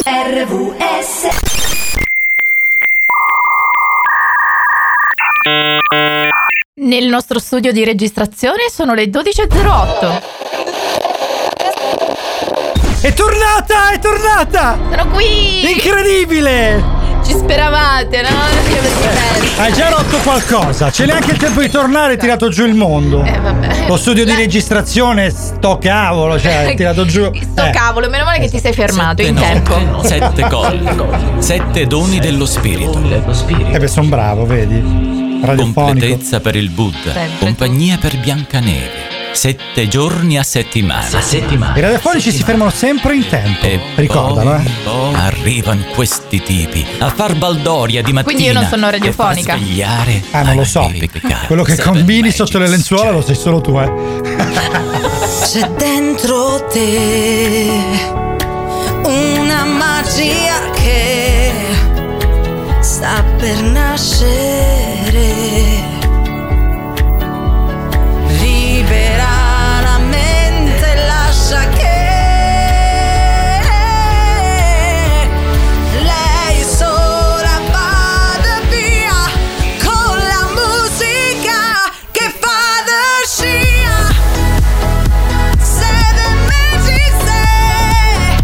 RVS. Nel nostro studio di registrazione sono le 12.08. È tornata! Sono qui! Incredibile! Ci speravate, no? Hai già rotto qualcosa, c'è neanche il tempo di tornare, hai tirato giù il mondo. Vabbè. Lo studio di registrazione, sto cavolo, cioè hai tirato giù. Sto cavolo, meno male che ti sei fermato in tempo. 7 colli, 7 doni dello spirito. Beh, son bravo, vedi? Radiofonico. Completezza per il Buddha, compagnia per Biancaneve. 7 giorni a settimana. I radiofonici si fermano sempre in tempo. E ricordalo, poi arrivano questi tipi a far baldoria di mattina. Quindi io non sono radiofonica. E far svegliare. Non lo so. Quello che combini sotto le lenzuola lo sai solo tu, C'è dentro te una magia che sta per nascere. Libera la mente, lascia che lei sola vada via con la musica che fa da scia. Seven Magic Say,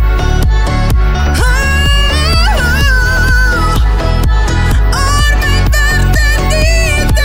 orme verde di te.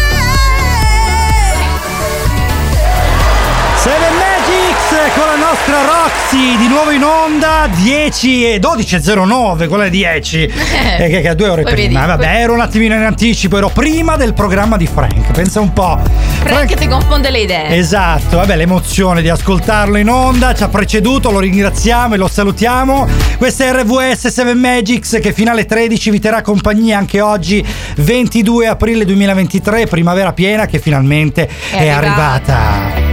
Seven Magics con la nostra Roxy di nuovo in onda 10 e 12.09, quella è 10 che è 2 ore Poi prima. vedi, Vabbè, ero un attimino in anticipo, ero prima del programma di Frank, pensa un po'. Frank ti confonde le idee. Esatto, vabbè, l'emozione di ascoltarlo in onda ci ha preceduto, lo ringraziamo e lo salutiamo. Questa è RVS Seven Magics che fino alle 13 vi terrà compagnia anche oggi 22 aprile 2023, primavera piena che finalmente è arrivata.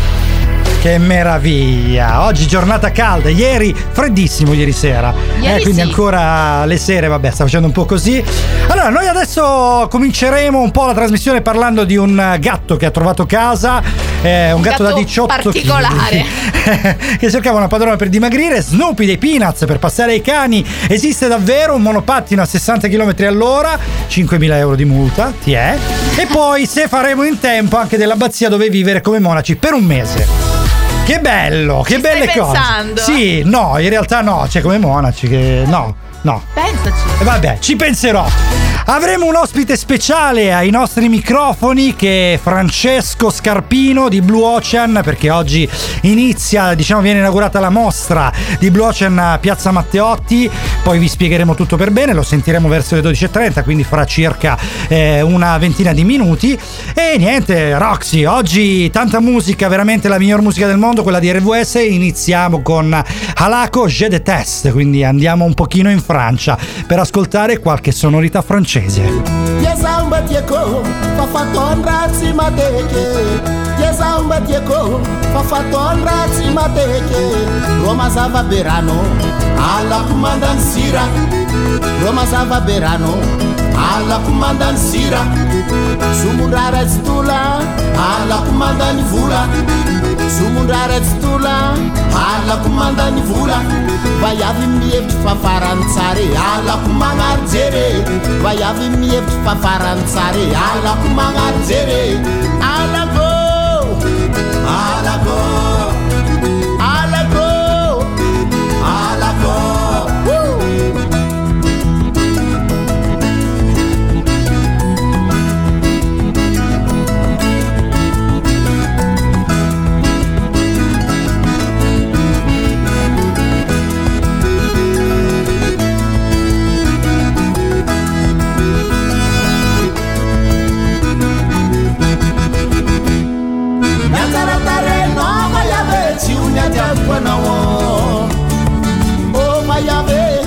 Che meraviglia! Oggi giornata calda, ieri freddissimo ieri sera. Quindi sì. Ancora le sere, vabbè, sta facendo un po' così. Allora, noi adesso cominceremo un po' la trasmissione parlando di un gatto che ha trovato casa, un gatto da 18 particolare che cercava una padrona per dimagrire. Snoopy dei Peanuts per passare ai cani. Esiste davvero un monopattino a 60 km all'ora, 5.000 euro di multa, ti è. E poi, se faremo in tempo, anche dell'abbazia dove vivere come monaci per un mese. Che bello, che belle cose. Pensando? Sì, no, in realtà no, cioè come monaci che no. Pensaci. Vabbè, ci penserò. Avremo un ospite speciale ai nostri microfoni che è Francesco Scarpino di Blue Ocean, perché oggi inizia, viene inaugurata la mostra di Blue Ocean a Piazza Matteotti. Poi vi spiegheremo tutto per bene, lo sentiremo verso le 12.30, quindi fra circa una ventina di minuti. E niente, Roxy, oggi tanta musica, veramente la miglior musica del mondo, quella di RVS. Iniziamo con Halako Je Déteste, quindi andiamo un pochino in Francia per ascoltare qualche sonorità francese. Yezamba tieko fa fatto razzi mateke. Yezamba tieko fa fatto razzi mateke. Roma Sava Berano alla comandansira. Roma Sava Berano alla comandansira. Sumurare stula alla comandanivula. Sumurare stula alla comandanivula. Vai avy mihevitry fa farantsary alako magnarijere. Vai avy mihevitry fa farantsary alako magnarijere. Alako, alako, alako, alako. Oh Mayave,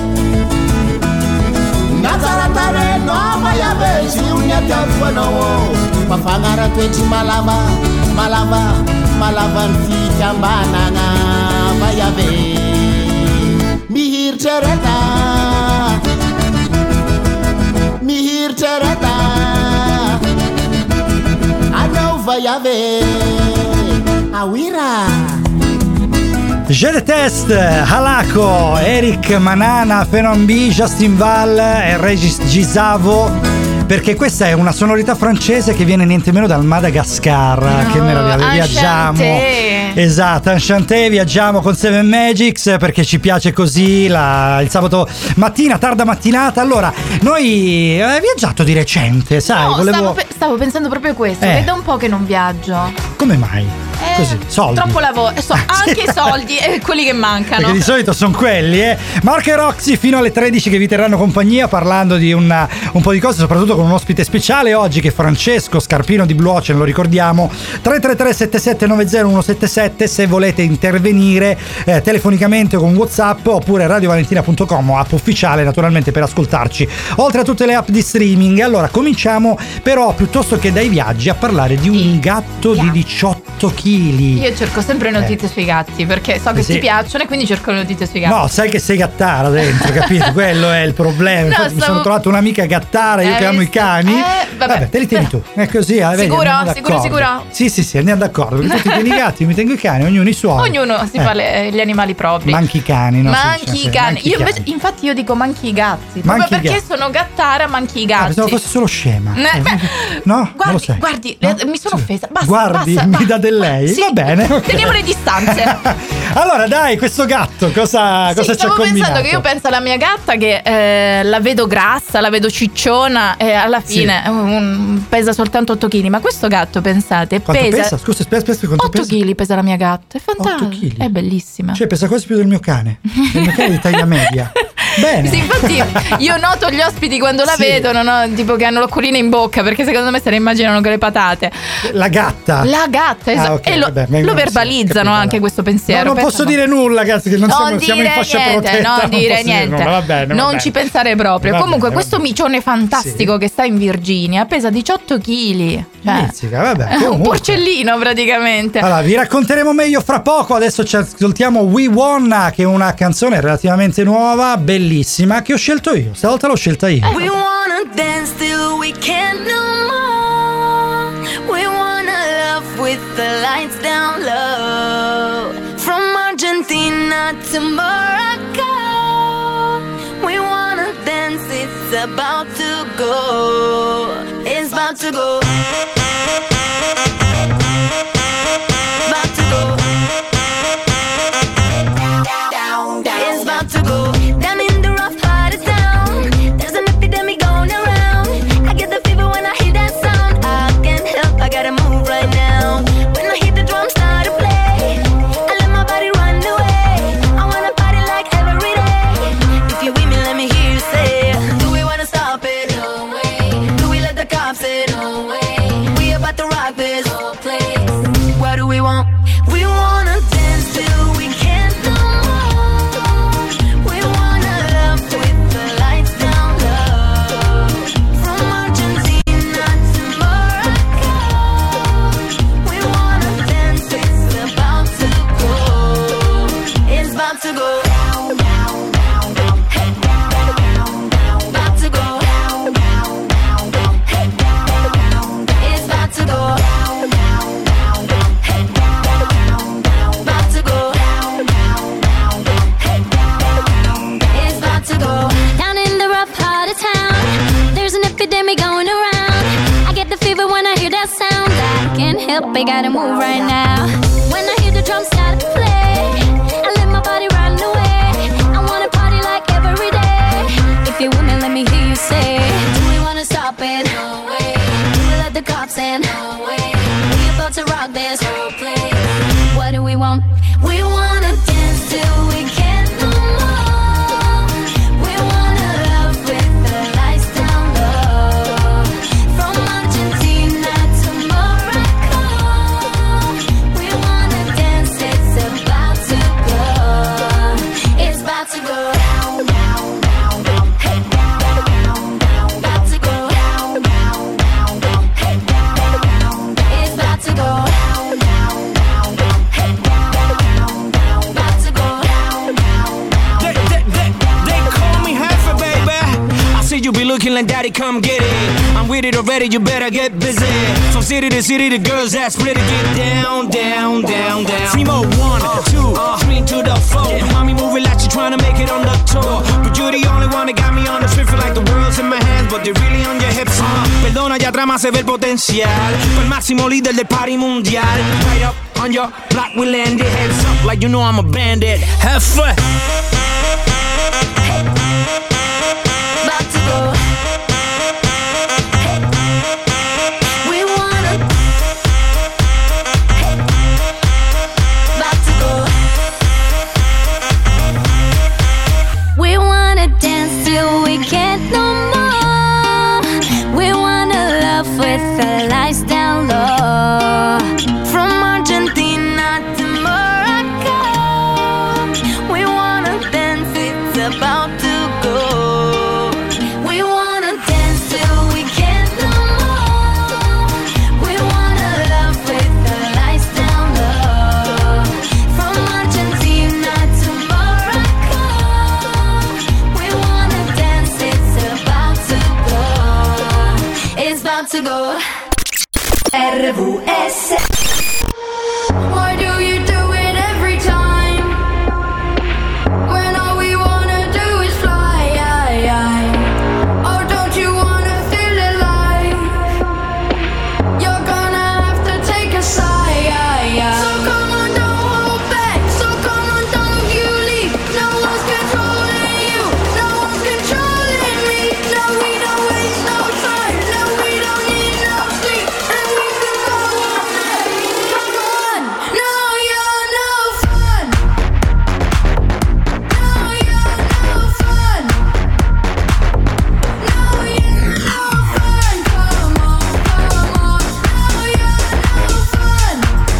Nazaratare no Mayave, Junia Tafuano, Papangara 20 Malava, Malava, Malavan Ficambana, Mayave, Mihir Tereta, Mihir Tereta, I know Vayave, Awira. Je Deteste, Halako, Eric Manana, Phenom B, Justin Val e Regis Gisavo. Perché questa è una sonorità francese che viene niente meno dal Madagascar. Che meraviglia, viaggiamo. Esatto, Enchanté, viaggiamo con Seven Magics perché ci piace così il sabato mattina, tarda mattinata. Allora, noi hai viaggiato di recente, sai? No, stavo pensando proprio questo, che da un po' che non viaggio. Come mai? Così, soldi. Troppo lavoro, anche i soldi e quelli che mancano. Perché di solito sono quelli, Marco e Roxy fino alle 13 che vi terranno compagnia parlando di un po' di cose, soprattutto con un ospite speciale oggi che è Francesco Scarpino di Blue Ocean, lo ricordiamo. 333 7790 177 se volete intervenire telefonicamente con WhatsApp oppure radiovalentina.com, app ufficiale naturalmente per ascoltarci, oltre a tutte le app di streaming. Allora cominciamo però piuttosto che dai viaggi a parlare di un gatto di 18 kg. Io cerco sempre notizie sui gatti perché so che ti piacciono e quindi cerco notizie sui gatti. No, sai che sei gattara dentro, capito? Quello è il problema. Infatti mi sono trovato un'amica gattara, io che amo i cani. Vabbè, te li tieni tu. È così, sicuro? Vedi, Sicuro? Sì, andiamo d'accordo. Perché tu ti tieni i gatti, io mi tengo i cani, ognuno i suoi. Ognuno si fa gli animali propri. Manchi i cani, no? Manchi i cani. Io invece, infatti io dico manchi i gatti. Proprio perché sono gattara, manchi i gatti. Pensavo fosse solo scema. No? Guardi, mi sono offesa. Basta, guardi, mi dà del lei? Sì, va bene, okay. Teniamo le distanze. Allora dai, questo gatto cosa ci ha combinato? Stavo pensando che io penso alla mia gatta che la vedo grassa, la vedo cicciona e alla fine pesa soltanto 8 kg. Ma questo gatto, pensate, pesa? Scusa, aspetta, quanto 8 kg pesa la mia gatta. È fantastico. 8 kg. È bellissima. Cioè pesa quasi più del mio cane. Il mio cane è di taglia media. Bene. Sì, infatti io noto gli ospiti quando la vedono, no? Tipo che hanno l'occhiolino in bocca, perché secondo me se ne immaginano con le patate. La gatta, esatto. Okay, e lo verbalizzano anche questo pensiero. No, non posso dire nulla, ragazzi, che non siamo in fascia protetta. Non dire niente. Va bene. Non ci pensare proprio. Comunque questo micione fantastico che sta in Virginia pesa 18 kg. Vabbè, un porcellino praticamente. Allora, vi racconteremo meglio fra poco. Adesso ci ascoltiamo We Wanna, che è una canzone relativamente nuova, bellissima, che ho scelto io. Stavolta l'ho scelta io. We wanna dance till we can't no more. We wanna love with the lights down low. From Argentina to Morocco. We wanna dance, it's about to go. It's about to go. About to go. It's about to go. Down in the rough part of town. There's an epidemic going around. I get the fever when I hear that sound. I can't help, I gotta move right now. When I hear the drums start to play, I let my body run away. I wanna party like every day. If you're with me, let me hear you say, do we wanna stop it? No way. Do we let the cops in? No way. We about to rock this whole place. What do we want? We wanna dance till we can't no more. We wanna love with the lights down low. From Argentina to Morocco. We wanna dance, it's about to go. It's about to go. Down, down, down, down. Hey, down, down, down. About to go. Down, down, down, down. Hey, down, down, down. It's about to go. Down, down, down, down. Hey, down, down, down. About to go. Down, down, down, down. Hey, down, down. It's about to go. Down in the rough part of town, there's an epidemic going around. I get the fever when I hear that sound. I can't help, I gotta move right now. When I hear the drums start to play, I let my body run away. I wanna party like every day. If you're with me, let me hear you say, do we wanna stop it? No way. Do we let the cops in? No way. We about to rock this whole place. What do we want? We wanna dance till we can't no more. We wanna love with the lights down low. From Argentina to Morocco. We you be looking like daddy, come get it. I'm with it already, you better get busy. From city to city, the girls that split it. Get down, down, down, down. Primo, 1, 2, 3 to the floor. Mommy move it like you trying to make it on the tour. But you're the only one that got me on the street. Feel like the world's in my hands, but they're really on your hips. Perdona, ya trama se ve el potencial. Fue el máximo líder del party mundial. Right up on your block, we landed. Heads up like you know I'm a bandit. Have fun. About to go. We wanna. About to go. We wanna dance till we can't no more. We wanna love with the lights down low. From Argentina to Morocco, we wanna dance, it's about to go. We wanna dance till we can't no more. We wanna love with the lights down low. From Argentina to Morocco, we wanna dance, it's about to go. It's about to go. RVS. Why do you do it every time? When all we wanna do is fly. Oh, don't you wanna feel alive? You're gonna have to take a sigh. So come on, don't hold back. So come on, don't you leave. No one's controlling you. No one's controlling me. No, we don't waste no time. No, we don't need no sleep. And we can go all night. Come on. No, you're no fun. No, you're no fun. No, you're no fun. Come on, come on. No, you're no fun.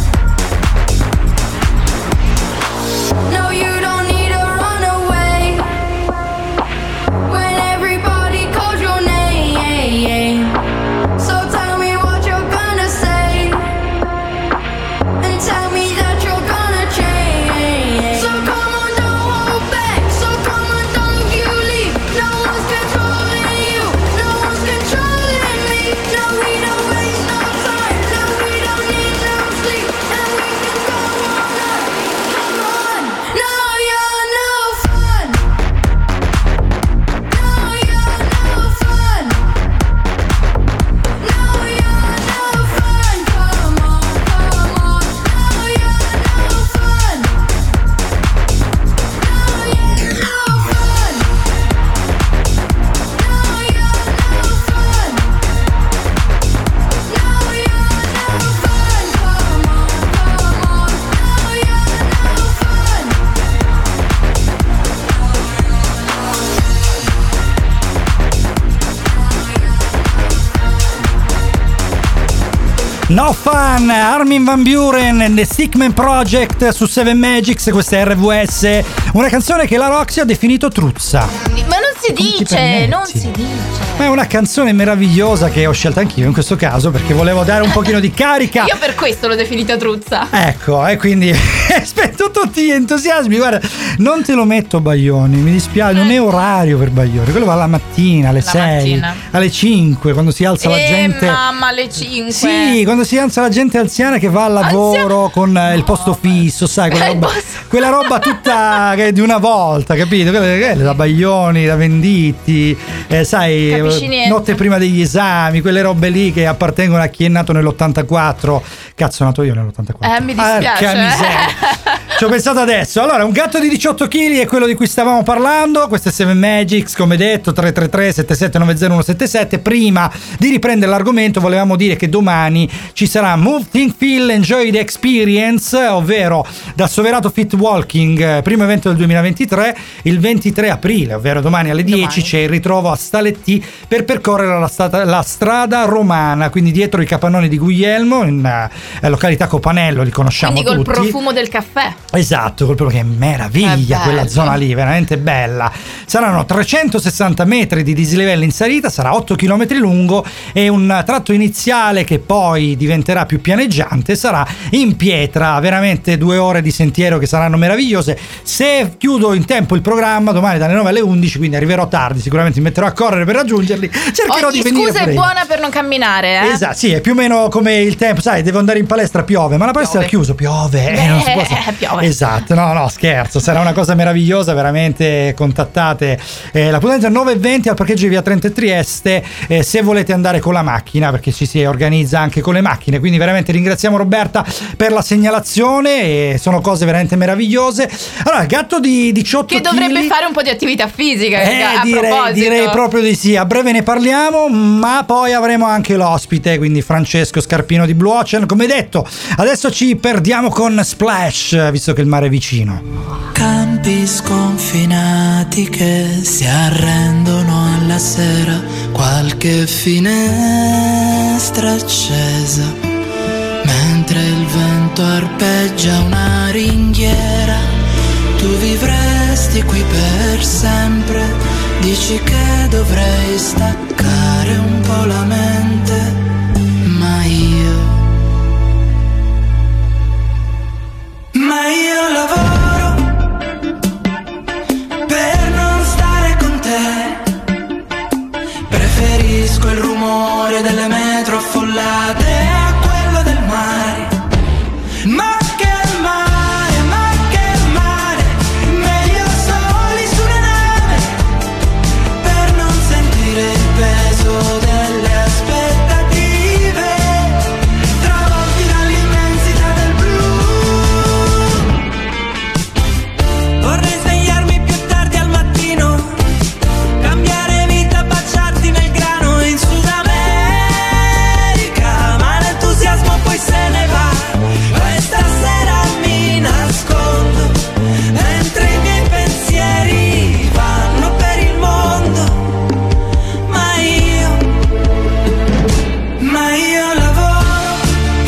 No, you don't need to run away when everybody calls your name. So tell me what you're gonna say and tell me that you're gonna change. So come on, don't hold back. So come on, don't you leave. No one's controlling you. No one's controlling me. No, we don't waste no time. No, we don't need no sleep. And we can go all night. Come on. No, you're no fun. No, you're no fun. No, you're no fun. Come on, come on. No, you're no fun. No, you're no fun. No, you're no fun. No, you're no fun. Come on, come on. No, you're no fun. No Fun, Armin van Buuren and the Stickman Project su Seven Magics. Questa è RVS, una canzone che la Roxy ha definito truzza. Ma non si Come ti dice, permetti? non si dice. Ma è una canzone meravigliosa che ho scelto anch'io in questo caso perché volevo dare un pochino di carica. Io per questo l'ho definita truzza. Ecco, e quindi aspetto tutti gli entusiasmi. Guarda, non te lo metto Baglioni, mi dispiace, non è orario per Baglioni. Quello va la mattina, alle 6, mattina. alle 5, quando si alza la gente. Mamma, alle 5. Sì, quando si alza la gente anziana che va al lavoro con il posto fisso, sai, quella roba tutta che è di una volta, capito? Quella da Baglioni, da Venditti, sai, Capisci niente. notte prima degli esami, quelle robe lì che appartengono a chi è nato nell'84. Cazzo, nato io nell'84. Mi dispiace. Porca miseria. Ci ho pensato adesso. Allora, un gatto di 18 kg è quello di cui stavamo parlando. Questo è Seven Magics, come detto, 333-7790-177. Prima di riprendere l'argomento, volevamo dire che domani ci sarà Move, Think, Feel, Enjoy the Experience, ovvero da Soverato Fit Walking, primo evento del 2023, il 23 aprile, ovvero domani alle 10 c'è il ritrovo a Staletti per percorrere la strada romana, quindi dietro i capannoni di Guglielmo, in località Copanello, li conosciamo Quindi col tutti. profumo del caffè. Esatto, proprio che meraviglia quella zona lì, veramente bella. Saranno 360 metri di dislivello in salita, sarà 8 km lungo e un tratto iniziale che poi diventerà più pianeggiante sarà in pietra, veramente 2 ore di sentiero che saranno meravigliose. Se chiudo in tempo il programma domani dalle 9 alle 11, quindi arriverò tardi, sicuramente mi metterò a correre per raggiungerli, cercherò di venire scusa è buona per non camminare, Esatto, sì, è più o meno come il tempo, sai, devo andare in palestra, piove, ma la palestra è chiusa, piove, non si può piove. Esatto, no, scherzo, sarà una cosa meravigliosa, veramente. Contattate la Potenza 920 al parcheggio di via Trento e Trieste se volete andare con la macchina, perché ci si organizza anche con le macchine, quindi veramente ringraziamo Roberta per la segnalazione e sono cose veramente meravigliose. Allora, gatto di 18 che dovrebbe chili, fare un po' di attività fisica, a proposito. direi proprio di sì, a breve ne parliamo, ma poi avremo anche l'ospite, quindi Francesco Scarpino di Blue Ocean, come detto. Adesso ci perdiamo con Splash, visto che il mare è vicino. Campi sconfinati che si arrendono alla sera, qualche finestra accesa, mentre il vento arpeggia una ringhiera. Tu vivresti qui per sempre, dici che dovrei staccare un po' la mente, ma io lavoro per non stare con te. Preferisco il rumore delle metro affollate a quello del mare. Ma che mare, meglio soli su una nave, per non sentire il peso delle aspettative, travolti dall'immensità del blu. Vorrei svegliarmi più tardi al mattino, cambiare vita, baciarti nel grano in Sud America, ma l'entusiasmo poi se ne va. Questa sera mi nascondo, mentre i miei pensieri vanno per il mondo, ma io lavoro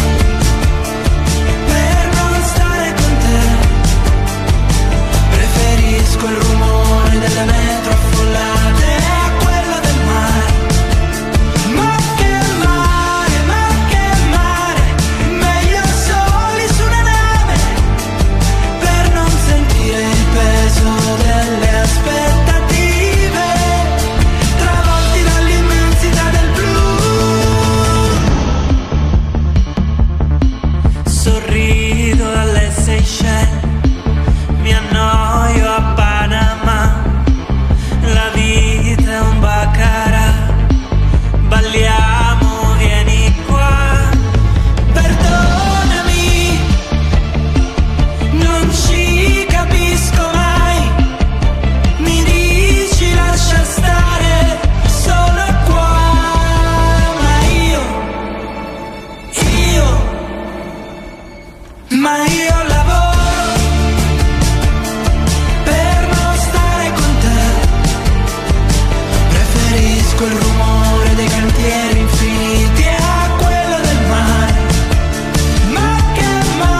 per non stare con te. Preferisco il rumore delle metro affollate a quello del mare. Ma che mare, meglio soli su una nave, per non sentire il peso delle aspettative, travolti dall'immensità del blu. Sorrido alle Seychelles, mi annoio a Panama, la vita è un baccarat, balliamo, vieni qua. Perdonami, non ci capisco mai, mi dici lascia stare, sono qua, ma io lavoro per non stare con te. Preferisco il rumore dei cantieri infiniti a quello del mare. Ma che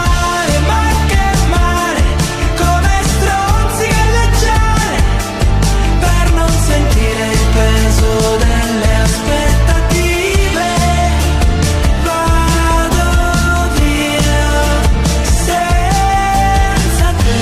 mare, come stronzi galleggiare, per non sentire il peso delle aspettative. Vado via senza te,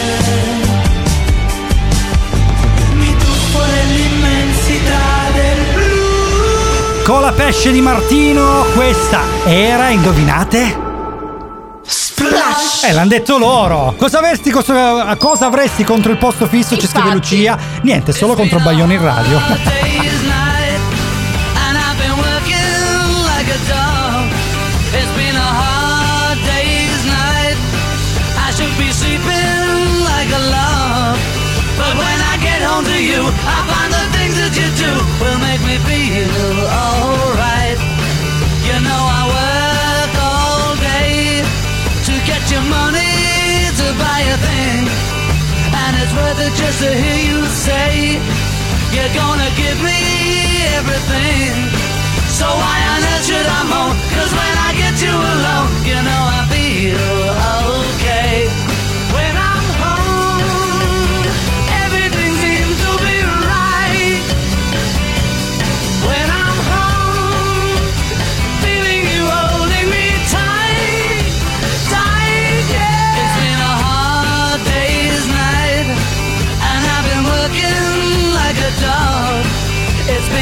mi tuffo nell'immensità del blu. Colapesce di Martino, questa era, indovinate? Splash! L'hanno detto loro. Cosa avresti contro il posto fisso? Ci scrive Lucia. Niente, solo contro Baglioni in radio. Day's night, and I've been working like a dog. It's been a hard day's night. I should be sleeping like a log, but when I get home to you, I find the things that you do will make me feel alright. You know I work all day to get your money to buy a thing, and it's worth it just to hear you say you're gonna give me everything. So why on earth should I moan? 'Cause when I get you alone, you know I feel okay. When I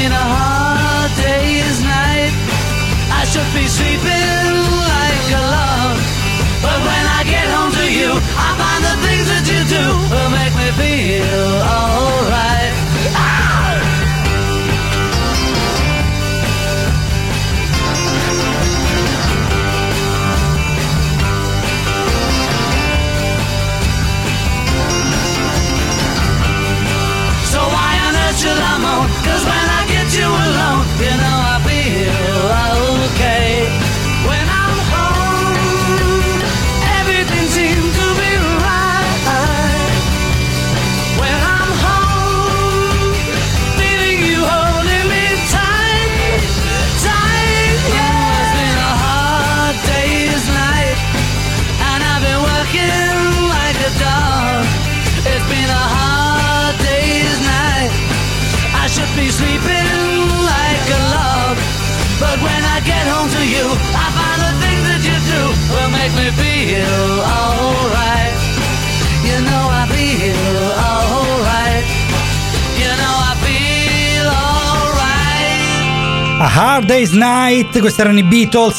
been a hard day's night. I should be sleeping like a log, but when I get home to you, I find the things that you do will make me feel alright. So why on earth should I moan? 'Cause when I get you alone, you know I feel okay. When I'm home, everything seems to be right. When I'm home, feeling you holding me tight, tight. Yeah, it's been a hard day's night, and I've been working like a dog. It's been a hard day's night. I should be sleeping like a log, but when I get home to you, I find the things that you do will make me feel alright. You know I feel alright. You know I feel alright. A Hard Day's Night, questi erano i Beatles,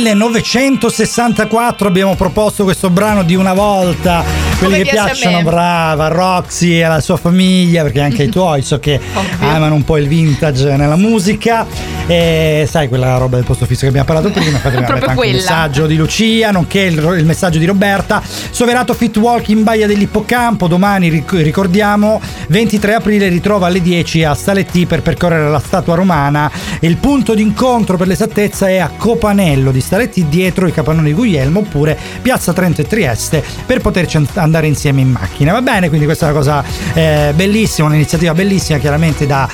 1964. Abbiamo proposto questo brano di una volta, quelli che piacciono, brava, Roxy e la sua famiglia, perché anche i tuoi so che amano un po' il vintage nella musica. E sai, quella roba del posto fisso che abbiamo parlato prima, infatti anche il messaggio di Lucia, nonché il messaggio di Roberta. Soverato Fit Walk in Baia dell'Ippocampo, domani ricordiamo 23 aprile ritrova alle 10 a Staletti per percorrere la statua romana. Il punto d'incontro per l'esattezza è a Copanello di Staletti, dietro i capannoni di Guglielmo, oppure Piazza Trento e Trieste, per poterci andare insieme in macchina. Va bene, quindi questa è una cosa bellissima, un'iniziativa bellissima, chiaramente da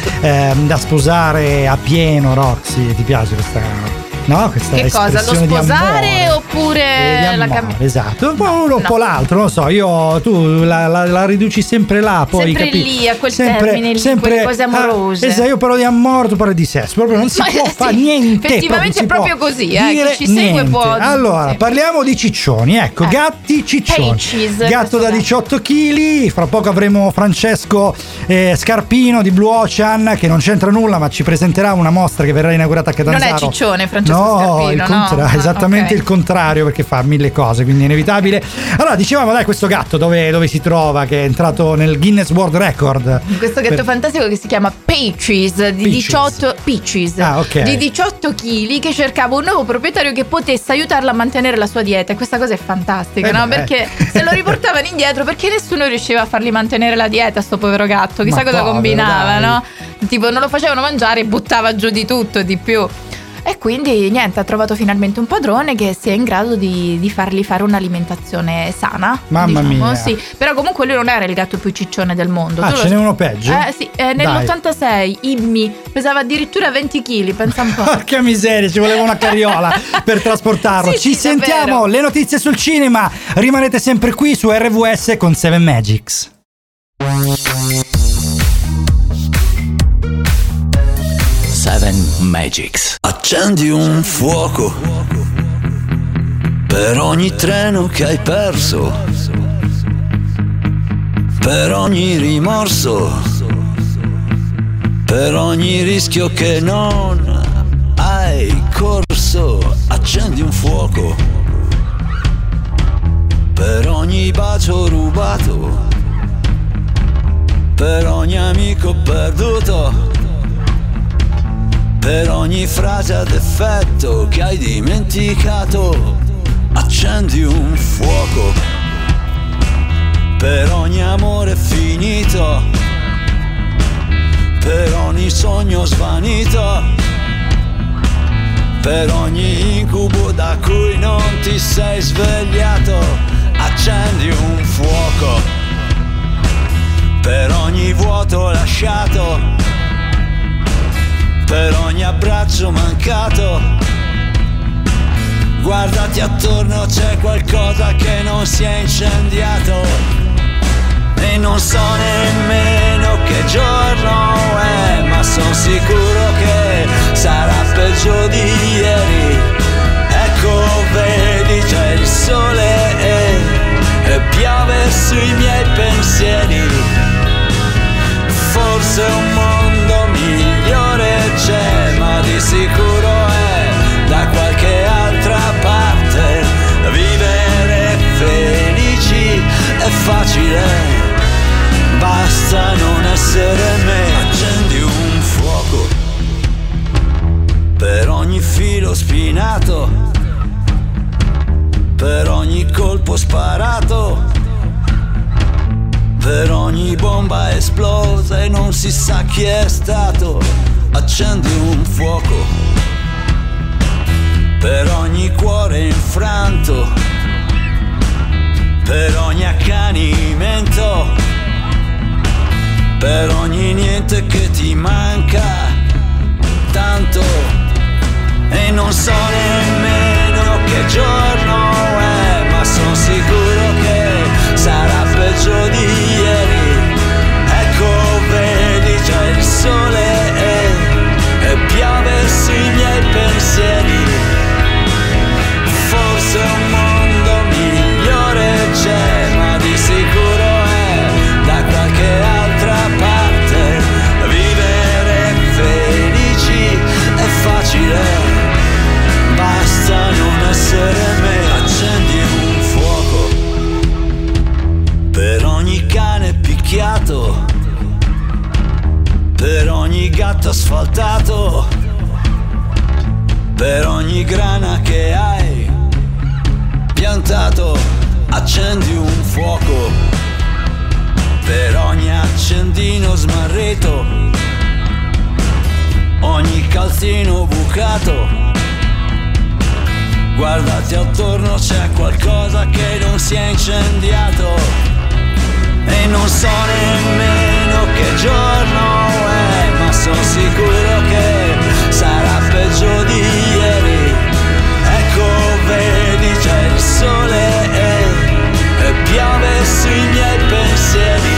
sposare a pieno. Roxy, ti piace questa? No, questa che cosa? Lo sposare oppure la camminata? Esatto, un po' uno, un po' l'altro, non lo so. Tu la riduci sempre là, poi sempre lì a quel termine, sempre quelle cose amorose. Esatto, io parlo di amore, tu parli di sesso, proprio non si può fare niente. Effettivamente è proprio così, chi ci segue può. Allora, parliamo di ciccioni, ecco, gatti ciccioni. Gatto da 18 kg, fra poco avremo Francesco Scarpino di Blue Ocean, che non c'entra nulla, ma ci presenterà una mostra che verrà inaugurata a Catanzaro. Non è ciccione, Francesco. No, esattamente il contrario, perché fa mille cose, quindi è inevitabile. Allora, dicevamo, dai, questo gatto dove si trova, che è entrato nel Guinness World Record. Questo gatto fantastico che si chiama Peaches, di 18 di 18 kg, che cercava un nuovo proprietario che potesse aiutarlo a mantenere la sua dieta. E questa cosa è fantastica, no? Perché se lo riportavano indietro, perché nessuno riusciva a fargli mantenere la dieta, sto povero gatto. Chissà cosa combinava, no? Tipo, non lo facevano mangiare e buttava giù di tutto e di più. E quindi niente, ha trovato finalmente un padrone che sia in grado di fargli fare un'alimentazione sana. Mamma mia. Sì, però comunque lui non era il gatto più ciccione del mondo. Ce n'è uno peggio? Sì, nell'86 Immi pesava addirittura 20 kg, pensa un po'. Porca miseria, ci voleva una carriola per trasportarlo. Ci sentiamo, davvero. Le notizie sul cinema. Rimanete sempre qui su RVS con Seven Magics. Seven Magics. Accendi un fuoco per ogni treno che hai perso, per ogni rimorso, per ogni rischio che non hai corso. Accendi un fuoco per ogni bacio rubato, per ogni amico perduto, per ogni frase ad effetto che hai dimenticato. Accendi un fuoco per ogni amore finito, per ogni sogno svanito, per ogni incubo da cui non ti sei svegliato. Accendi un fuoco per ogni vuoto lasciato, per ogni abbraccio mancato. Guardati attorno, c'è qualcosa che non si è incendiato, e non so nemmeno che giorno è, ma sono sicuro che sarà peggio di ieri. Ecco, vedi, c'è il sole e piove sui miei pensieri. Forse un mondo migliore facile, basta non essere me. Accendi un fuoco per ogni filo spinato, per ogni colpo sparato, per ogni bomba esplosa e non si sa chi è stato. Accendi un fuoco per ogni cuore infranto, per ogni accanimento, per ogni niente che ti manca tanto. E non so nemmeno che giorno è, ma sono sicuro che sarà peggio di ieri. Ecco, vedi, c'è il sole e piove sui miei pensieri. Forse un mondo migliore c'è, ma di sicuro è da qualche altra parte. Vivere felici è facile, basta non essere me. Accendi un fuoco per ogni cane picchiato, per ogni gatto asfaltato, per ogni grana che hai piantato. Accendi un fuoco per ogni accendino smarrito, ogni calzino bucato. Guardati attorno, c'è qualcosa che non si è incendiato. E non so nemmeno che giorno è, ma sono sicuro che sarà peggio di ieri. Ecco, vedi, c'è il sole e piove sui miei pensieri.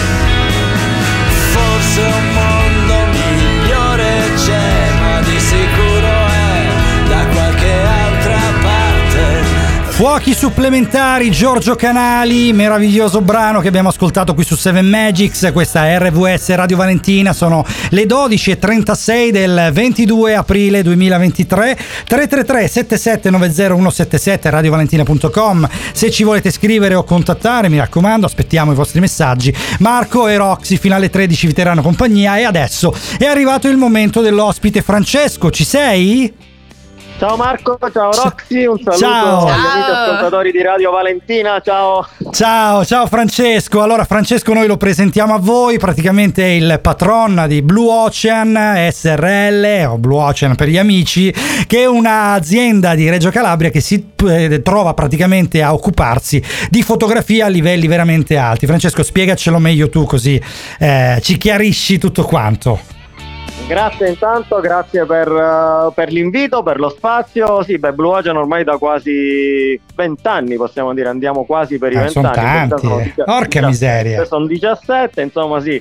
Forse un mondo migliore c'è, ma di sicuro è da qualche altra parte. Fuochi supplementari, Giorgio Canali, meraviglioso brano che abbiamo ascoltato qui su Seven Magics. Questa è RVS Radio Valentina, sono le 12:36 del 22 aprile 2023. 333 7790 177 radiovalentina.com. Se ci volete scrivere o contattare, mi raccomando, aspettiamo i vostri messaggi. Marco e Roxy fino alle 13 vi terranno compagnia, e adesso è arrivato il momento dell'ospite. Francesco, ci sei? Ciao Marco, ciao Roxy, un saluto Ciao. agli amici ascoltatori di Radio Valentina, ciao. Ciao Francesco. Allora Francesco, noi lo presentiamo a voi, praticamente è il patron di Blue Ocean SRL, o Blue Ocean per gli amici, che è un'azienda di Reggio Calabria che si trova praticamente a occuparsi di fotografia a livelli veramente alti. Francesco, spiegacelo meglio tu, così ci chiarisci tutto quanto. Grazie intanto, grazie per l'invito, per lo spazio. Sì, Blue Ocean ormai da quasi 20 anni, possiamo dire, andiamo quasi per i 20 sono anni. tanti, porca miseria. Sono 17, insomma sì.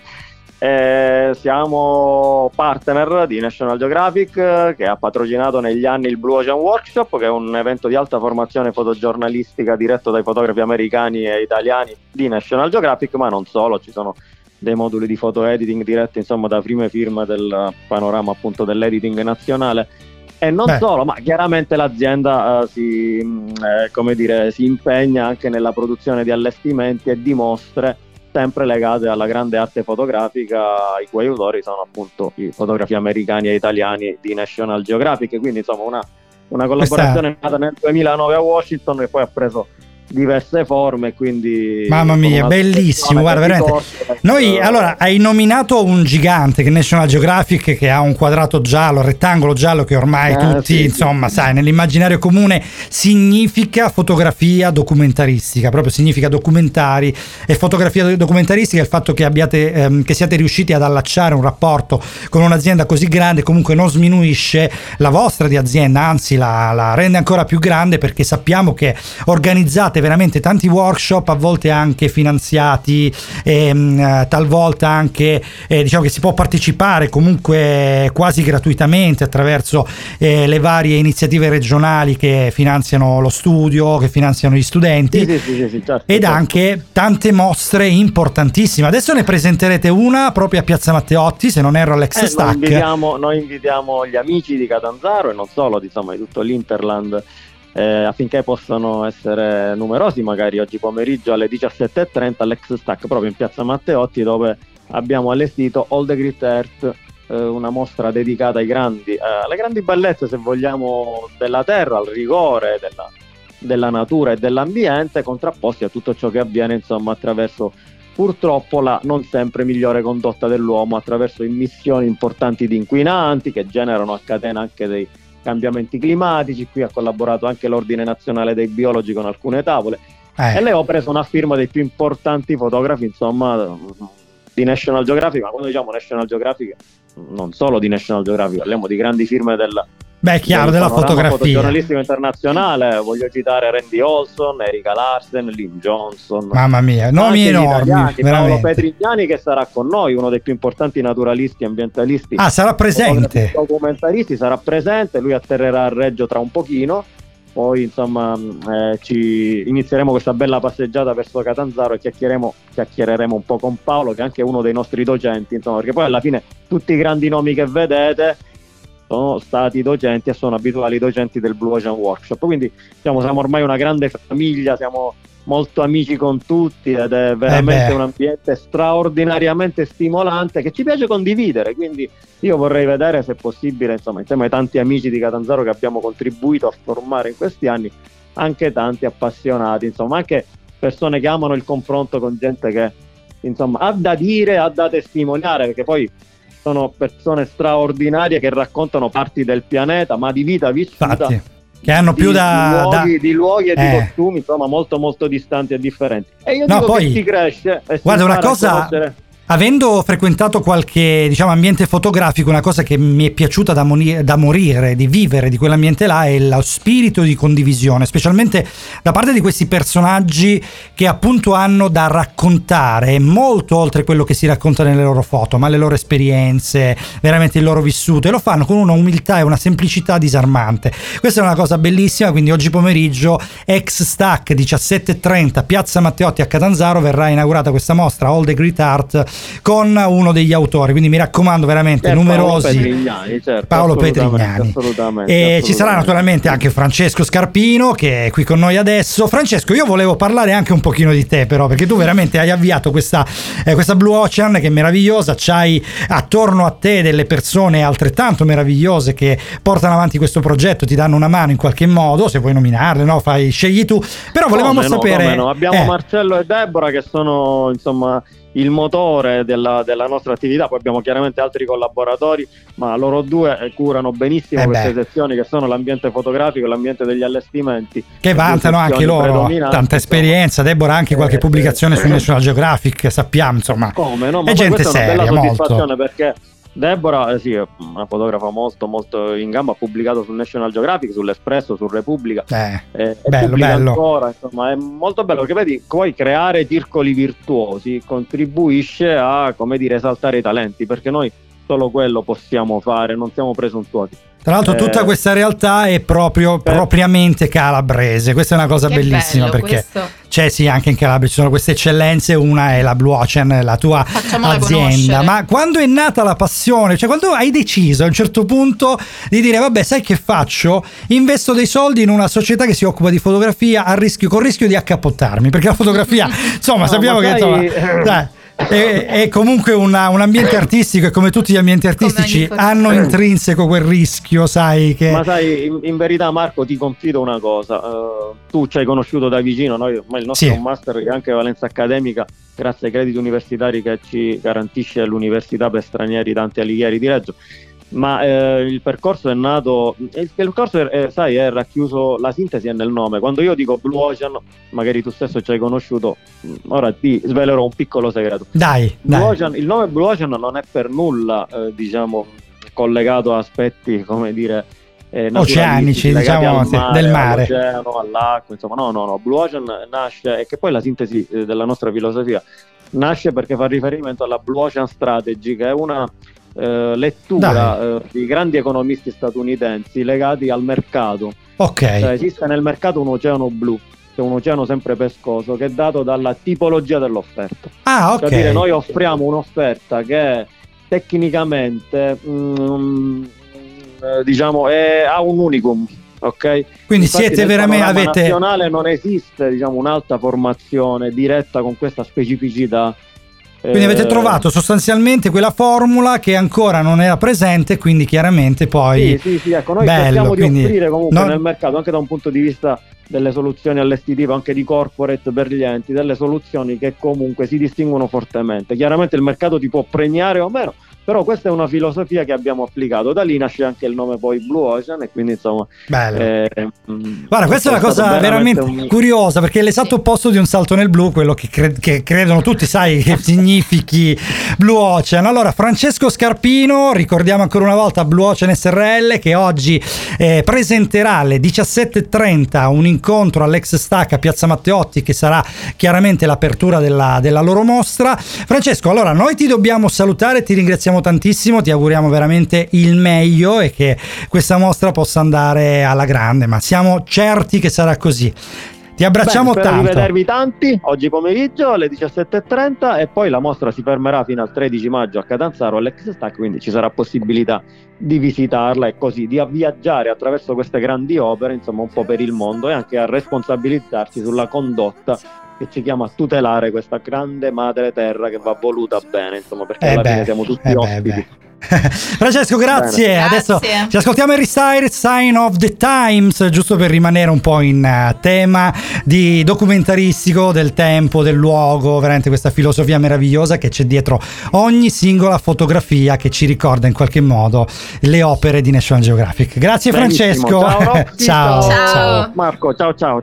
Siamo partner di National Geographic, che ha patrocinato negli anni il Blue Ocean Workshop, che è un evento di alta formazione fotogiornalistica diretto dai fotografi americani e italiani di National Geographic, ma non solo, ci sono dei moduli di photo editing diretti, insomma, da prime firme del panorama appunto dell'editing nazionale. E non solo, ma chiaramente l'azienda si impegna anche nella produzione di allestimenti e di mostre sempre legate alla grande arte fotografica, i cui autori sono appunto i fotografi americani e italiani di National Geographic. Quindi insomma una collaborazione nata nel 2009 a Washington, e poi ha preso diverse forme, quindi mamma mia, bellissimo, guarda, veramente. Noi, allora, hai nominato un gigante che è National Geographic, che ha un quadrato giallo, rettangolo giallo, che ormai tutti, insomma, sai, nell'immaginario comune significa fotografia documentaristica, proprio significa documentari e fotografia documentaristica. Il fatto che abbiate che siate riusciti ad allacciare un rapporto con un'azienda così grande comunque non sminuisce la vostra di azienda, anzi la rende ancora più grande, perché sappiamo che organizzate veramente tanti workshop, a volte anche finanziati, talvolta anche diciamo che si può partecipare comunque quasi gratuitamente attraverso le varie iniziative regionali che finanziano lo studio, che finanziano gli studenti, certo, ed anche tante mostre importantissime. Adesso ne presenterete una proprio a Piazza Matteotti, se non erro, all'Ex Stack. Noi invitiamo gli amici di Catanzaro, e non solo, insomma, di tutto l'Interland affinché possano essere numerosi, magari oggi pomeriggio alle 17:30 all'Ex Stack, proprio in piazza Matteotti, dove abbiamo allestito All the Great Earth, una mostra dedicata alle grandi bellezze, se vogliamo, della terra, al rigore della natura e dell'ambiente, contrapposti a tutto ciò che avviene, insomma, attraverso purtroppo la non sempre migliore condotta dell'uomo, attraverso immissioni importanti di inquinanti che generano a catena anche dei cambiamenti climatici. Qui ha collaborato anche l'Ordine Nazionale dei Biologi con alcune tavole, e le opere sono a firma dei più importanti fotografi, insomma, di National Geographic. Ma quando diciamo National Geographic, non solo di National Geographic, parliamo di grandi firme della fotografia fotogiornalistico internazionale. Voglio citare Randy Olson, Erika Larsen, Lynn Johnson, mamma mia, nomi enormi, Paolo Petrignani, che sarà con noi, uno dei più importanti naturalisti, ambientalisti, sarà presente, documentaristi, sarà presente. Lui atterrerà a Reggio tra un pochino, poi insomma inizieremo questa bella passeggiata verso Catanzaro e chiacchiereremo un po' con Paolo, che è anche uno dei nostri docenti, insomma, perché poi alla fine tutti i grandi nomi che vedete sono stati docenti e sono abituali docenti del Blue Ocean Workshop, quindi siamo ormai una grande famiglia, siamo molto amici con tutti, ed è veramente un ambiente straordinariamente stimolante che ci piace condividere. Quindi io vorrei vedere, se possibile, insomma, insieme ai tanti amici di Catanzaro che abbiamo contribuito a formare in questi anni, anche tanti appassionati, insomma, anche persone che amano il confronto con gente che, insomma, ha da dire, ha da testimoniare, perché poi sono persone straordinarie che raccontano parti del pianeta, ma di vita vissuta. Infatti, che hanno più di luoghi e di costumi, insomma, molto molto distanti e differenti. E io dico che si cresce e guarda, una cosa, avendo frequentato qualche, diciamo, ambiente fotografico, una cosa che mi è piaciuta da morire, di vivere di quell'ambiente là, è lo spirito di condivisione, specialmente da parte di questi personaggi che appunto hanno da raccontare molto oltre quello che si racconta nelle loro foto, ma le loro esperienze, veramente il loro vissuto, e lo fanno con una umiltà e una semplicità disarmante. Questa è una cosa bellissima. Quindi oggi pomeriggio Ex Stack 17:30 piazza Matteotti a Catanzaro verrà inaugurata questa mostra All the Great Art con uno degli autori, quindi mi raccomando, veramente numerosi. Paolo Petrignani, assolutamente. Ci sarà naturalmente anche Francesco Scarpino, che è qui con noi adesso. Francesco, io volevo parlare anche un pochino di te, però, perché tu veramente hai avviato questa Blue Ocean, che è meravigliosa. C'hai attorno a te delle persone altrettanto meravigliose che portano avanti questo progetto, ti danno una mano in qualche modo, se vuoi nominarle, scegli tu. Però volevamo sapere. Abbiamo Marcello e Deborah, che sono, insomma, il motore della nostra attività. Poi abbiamo chiaramente altri collaboratori, ma loro due curano benissimo queste sezioni, che sono l'ambiente fotografico e l'ambiente degli allestimenti, che vantano anche loro tanta esperienza. Deborah anche qualche pubblicazione su National Geographic, sappiamo, insomma, come no, ma è gente seria, è una bella soddisfazione, molto. perché Deborah sì, è una fotografa molto molto in gamba, ha pubblicato su National Geographic, sull'Espresso, su Repubblica, bello. Ancora, insomma, è molto bello, perché vedi, poi creare circoli virtuosi contribuisce a, come dire, esaltare i talenti, perché noi solo quello possiamo fare, non siamo presuntuosi. Tra l'altro tutta questa realtà è propriamente calabrese. Questa è una cosa bellissima, perché c'è anche in Calabria ci sono queste eccellenze. Una è la Blue Ocean, la tua azienda. Ma quando è nata la passione, cioè quando hai deciso a un certo punto di dire vabbè, sai che faccio? Investo dei soldi in una società che si occupa di fotografia con rischio di accappottarmi, perché la fotografia, insomma, sappiamo che è comunque un ambiente artistico, e come tutti gli ambienti artistici hanno intrinseco quel rischio, sai che... Ma sai, in verità, Marco, ti confido una cosa, tu ci hai conosciuto da vicino, noi ormai il nostro è un master che anche valenza accademica, grazie ai crediti universitari che ci garantisce l'Università per Stranieri Dante Alighieri di Reggio. Ma il percorso è nato, sai, è racchiuso, la sintesi è nel nome. Quando io dico Blue Ocean, magari tu stesso ci hai conosciuto, ora ti svelerò un piccolo segreto. Dai. Ocean, il nome Blue Ocean non è per nulla diciamo collegato a aspetti, come dire, oceanici, diciamo, del mare, all'oceano, all'acqua, insomma. No, Blue Ocean nasce, e che poi la sintesi della nostra filosofia nasce perché fa riferimento alla Blue Ocean Strategy, che è una lettura di grandi economisti statunitensi legati al mercato. Cioè, esiste nel mercato un oceano blu, che è un oceano sempre pescoso, che è dato dalla tipologia dell'offerta. Cioè dire, noi offriamo un'offerta che tecnicamente diciamo ha un unicum, ok? Quindi infatti siete veramente nazionale non esiste, diciamo, un'alta formazione diretta con questa specificità. Quindi avete trovato sostanzialmente quella formula che ancora non era presente, quindi chiaramente poi sì, ecco, noi cerchiamo di offrire comunque nel mercato, anche da un punto di vista delle soluzioni allestitive, anche di corporate per gli enti, delle soluzioni che comunque si distinguono fortemente. Chiaramente il mercato ti può premiare o meno, però questa è una filosofia che abbiamo applicato, da lì nasce anche il nome poi Blue Ocean, e quindi insomma guarda, questa è una cosa veramente curiosa, perché è l'esatto opposto di un salto nel blu, quello che credono tutti, sai, che significhi Blue Ocean. Allora, Francesco Scarpino, ricordiamo ancora una volta Blue Ocean SRL, che oggi presenterà alle 17:30 un incontro all'Ex Stack a Piazza Matteotti, che sarà chiaramente l'apertura della loro mostra. Francesco, allora noi ti dobbiamo salutare, ti ringraziamo tantissimo, ti auguriamo veramente il meglio e che questa mostra possa andare alla grande, ma siamo certi che sarà così. Ti abbracciamo tanto. Spero di vedervi tanti oggi pomeriggio alle 17:30 e poi la mostra si fermerà fino al 13 maggio a Catanzaro all'Ex Stack, quindi ci sarà possibilità di visitarla e così di viaggiare attraverso queste grandi opere, insomma, un po' per il mondo, e anche a responsabilizzarsi sulla condotta che ci chiama a tutelare questa grande madre terra che va voluta bene, insomma, perché alla fine siamo tutti ospiti. Francesco, grazie. Bene. Adesso Grazie. ci ascoltiamo Harry Styles, Sign of the Times, giusto per rimanere un po' in tema di documentaristico del tempo, del luogo, veramente questa filosofia meravigliosa che c'è dietro ogni singola fotografia che ci ricorda in qualche modo le opere di National Geographic. Grazie. Benissimo. Francesco. Ciao, Roxy, ciao Marco, ciao.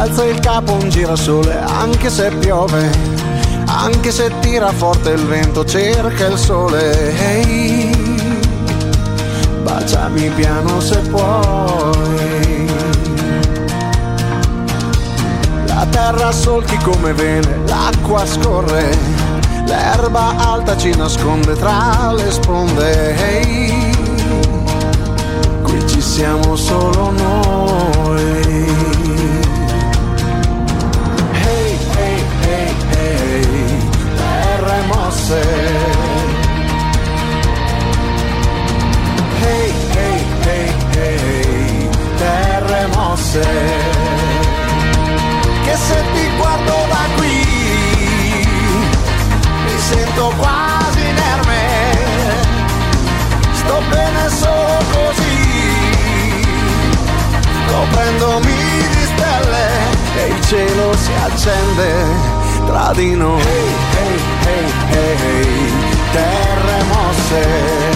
alza il capo un girasole, anche se piove, anche se tira forte il vento, cerca il sole. Ehi, baciami piano se puoi. La terra solchi come vene, l'acqua scorre, l'erba alta ci nasconde tra le sponde. Ehi, qui ci siamo solo noi. Hey, hey, hey, hey, terre mosse. Hey, hey, hey, hey, terre mosse. Che se ti guardo da qui mi sento quasi inerme, sto bene solo così, coprendomi di stelle e il cielo si accende tra di noi. Hey, hey, hey, hey, terre mosse.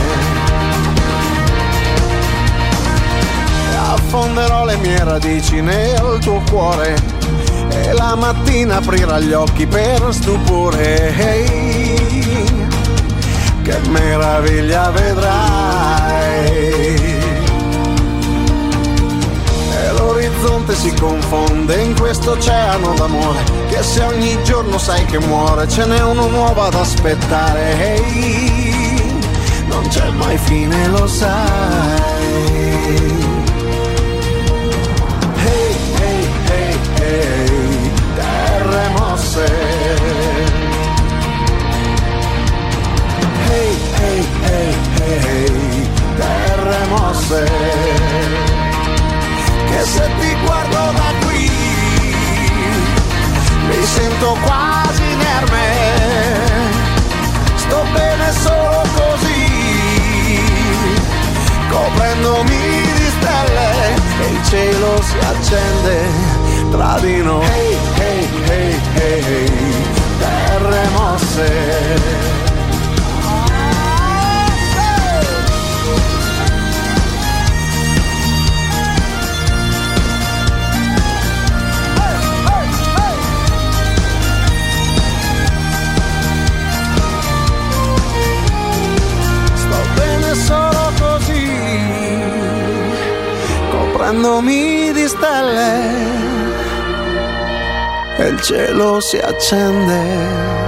Affonderò le mie radici nel tuo cuore e la mattina aprirà gli occhi per stupore. Hey, che meraviglia vedrai. E l'orizzonte si confonde in questo oceano d'amore, che se ogni giorno sai che muore ce n'è uno nuovo ad aspettare. Hey, non c'è mai fine, lo sai. Terre mosse. Hey, hey, hey, hey, terre mosse. Che se ti guardo da qui mi sento quasi inerme, sto bene solo così, coprendomi di stelle e il cielo si accende tra di noi. Hey, hey, hey, hey, hey, terre mosse. Sto bene solo così, coprendomi di stelle e il cielo si accende.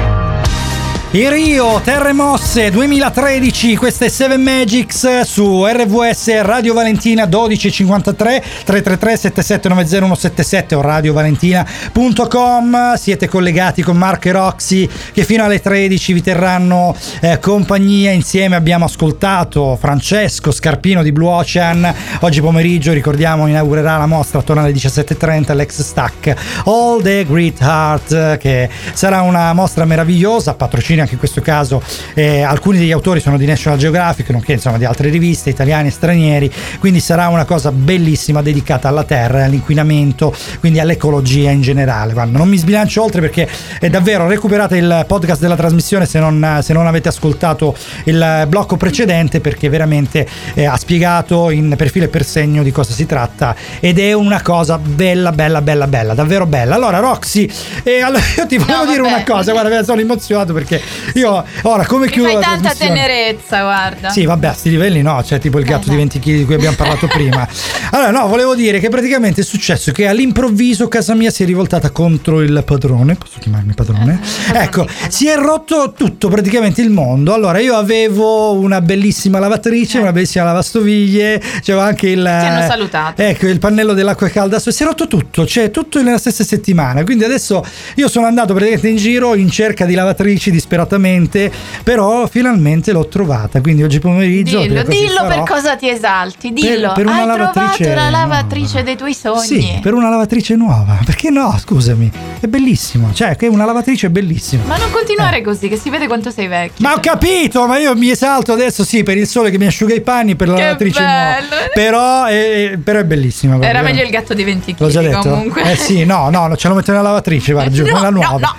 I Rio, Terre Mosse 2013, queste 7 Magics su RVS Radio Valentina 1253 333 7790 177 o radiovalentina.com. Siete collegati con Marco e Roxy che fino alle 13 vi terranno compagnia. Insieme abbiamo ascoltato Francesco Scarpino di Blue Ocean. Oggi pomeriggio, ricordiamo, inaugurerà la mostra attorno alle 17:30 all'Ex Stack All the Great Heart, che sarà una mostra meravigliosa. Patrocina anche in questo caso alcuni degli autori sono di National Geographic, nonché insomma di altre riviste italiane e stranieri, quindi sarà una cosa bellissima dedicata alla terra, all'inquinamento, quindi all'ecologia in generale. Guarda, non mi sbilancio oltre perché è davvero, recuperate il podcast della trasmissione se non avete ascoltato il blocco precedente, perché veramente ha spiegato per filo e per segno di cosa si tratta ed è una cosa bella, davvero bella. Allora Roxy, allora io ti volevo dire una cosa, guarda, sono emozionato perché io ora come chiudo la trasmissione? Fai tanta tenerezza, guarda. Sì, vabbè, a sti livelli no, cioè tipo il gatto di 20 kg di cui abbiamo parlato prima. Allora no, volevo dire che praticamente è successo che all'improvviso casa mia si è rivoltata contro il padrone, posso chiamarmi padrone? Ecco, si è rotto tutto, praticamente il mondo. Allora io avevo una bellissima lavatrice, una bellissima lavastoviglie, c'avevo anche il... Ti hanno salutato. Ecco, il pannello dell'acqua calda, si è rotto tutto, cioè tutto nella stessa settimana. Quindi adesso io sono andato praticamente in giro in cerca di lavatrici disperatamente, però finalmente l'ho trovata. Quindi oggi pomeriggio dillo per cosa ti esalti, dillo. Per una hai lavatrice trovato la lavatrice dei tuoi sogni. Sì, per una lavatrice nuova. Perché no, scusami, è bellissimo, cioè che una lavatrice è bellissima. Ma non continuare così, che si vede quanto sei vecchio. Ma ho capito, ma io mi esalto adesso, sì, per il sole che mi asciuga i panni, per la lavatrice nuova. Però è bellissima. Era meglio il gatto di 20 kg. L'ho già detto. Comunque. Sì, no, ce lo metto nella lavatrice, guarda, giù, quella nuova.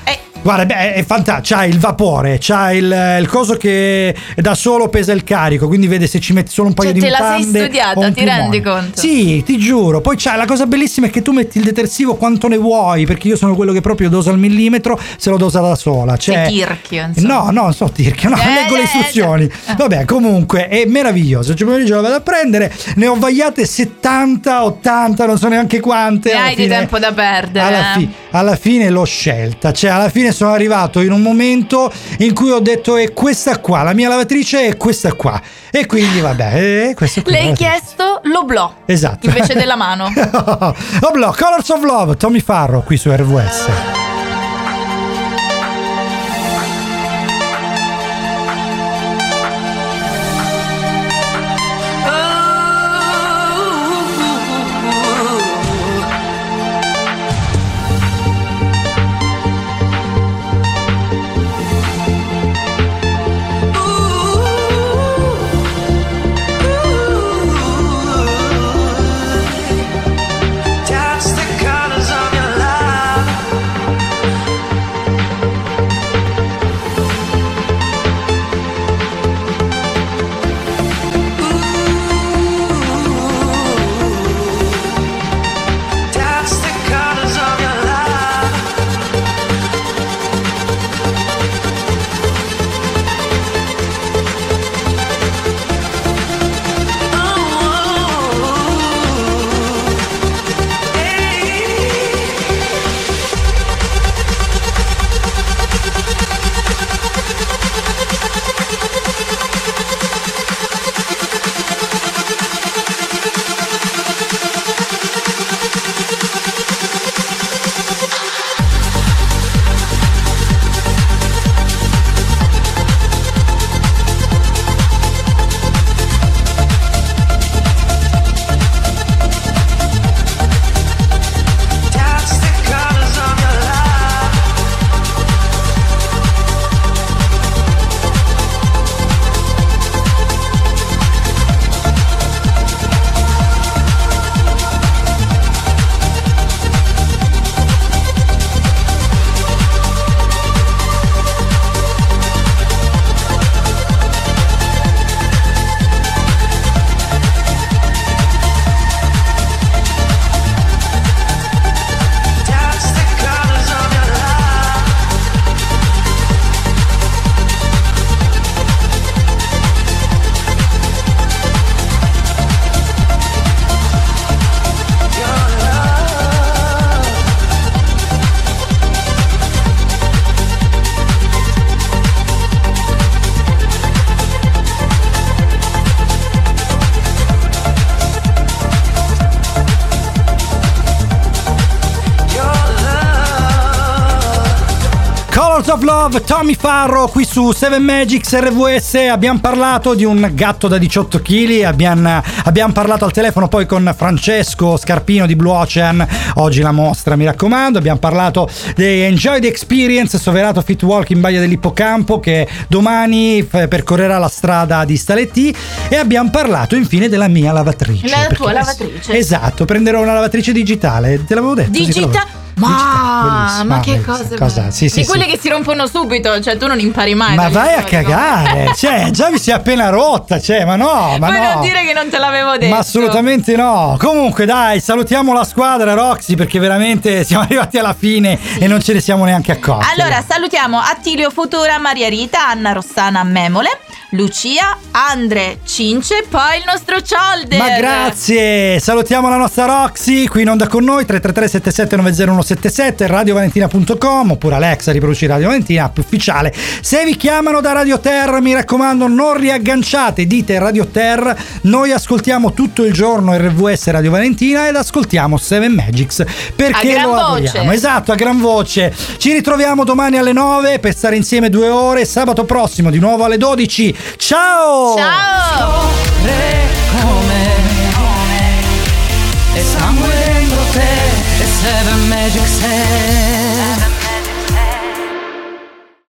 Guarda, è fantastico, c'ha il vapore, c'ha il coso che da solo pesa il carico, quindi vede se ci metti solo un paio di mutande. Te la sei studiata, ti rendi conto? Sì, ti giuro. Poi c'ha la cosa bellissima è che tu metti il detersivo quanto ne vuoi, perché io sono quello che proprio dosa al millimetro, se lo dosa da sola. Sei tirchio, insomma. No, non so tirchio, no, leggo le istruzioni. Vabbè, comunque è meraviglioso. Oggi pomeriggio la vado a prendere, ne ho vagliate 70, 80, non so neanche quante. Ne hai di tempo da perdere. Alla fine l'ho scelta, cioè alla fine sono arrivato in un momento in cui ho detto è questa qua, la mia lavatrice è questa qua, e quindi vabbè, questa qua. Le hai chiesto l'Oblò, esatto, invece della mano. Oblò, Colors of Love, Tommy Farro qui su RVS. of Love, Tommy Farro qui su 7 Magics RVS. Abbiamo parlato di un gatto da 18 kg, abbiamo parlato al telefono poi con Francesco Scarpino di Blue Ocean, oggi la mostra mi raccomando. Abbiamo parlato di Enjoy the Experience, Soverato Fit Walk in Baia dell'Ippocampo, che domani percorrerà la strada di Staletti, e abbiamo parlato infine della mia lavatrice. La tua lavatrice? Esatto, prenderò una lavatrice digitale, te l'avevo detto. Ma che cosa? Sì, di quelle che si rompono subito, cioè tu non impari mai. Ma vai a cagare, cioè già mi si è appena rotta, cioè ma no. Puoi non dire che non te l'avevo detto. Ma assolutamente no. Comunque dai, salutiamo la squadra Roxy, perché veramente siamo arrivati alla fine e non ce ne siamo neanche accorti. Allora salutiamo Attilio Futura, Maria Rita, Anna Rossana Memole, Lucia, Andre Cince, poi il nostro Ciolder. Ma grazie. Salutiamo la nostra Roxy qui in onda con noi, 333-7790-177, radiovalentina.com, oppure Alexa riproduci Radio Valentina, app ufficiale. Se vi chiamano da Radio Terra, mi raccomando, non riagganciate, dite Radio Terra. Noi ascoltiamo tutto il giorno RVS Radio Valentina ed ascoltiamo 7 Magics perché lo adoriamo. Esatto, a gran voce. Ci ritroviamo domani alle 9 per stare insieme 2 ore, sabato prossimo di nuovo alle 12. Ciao! Ciao! Come e sangue dentro te e 7 Magics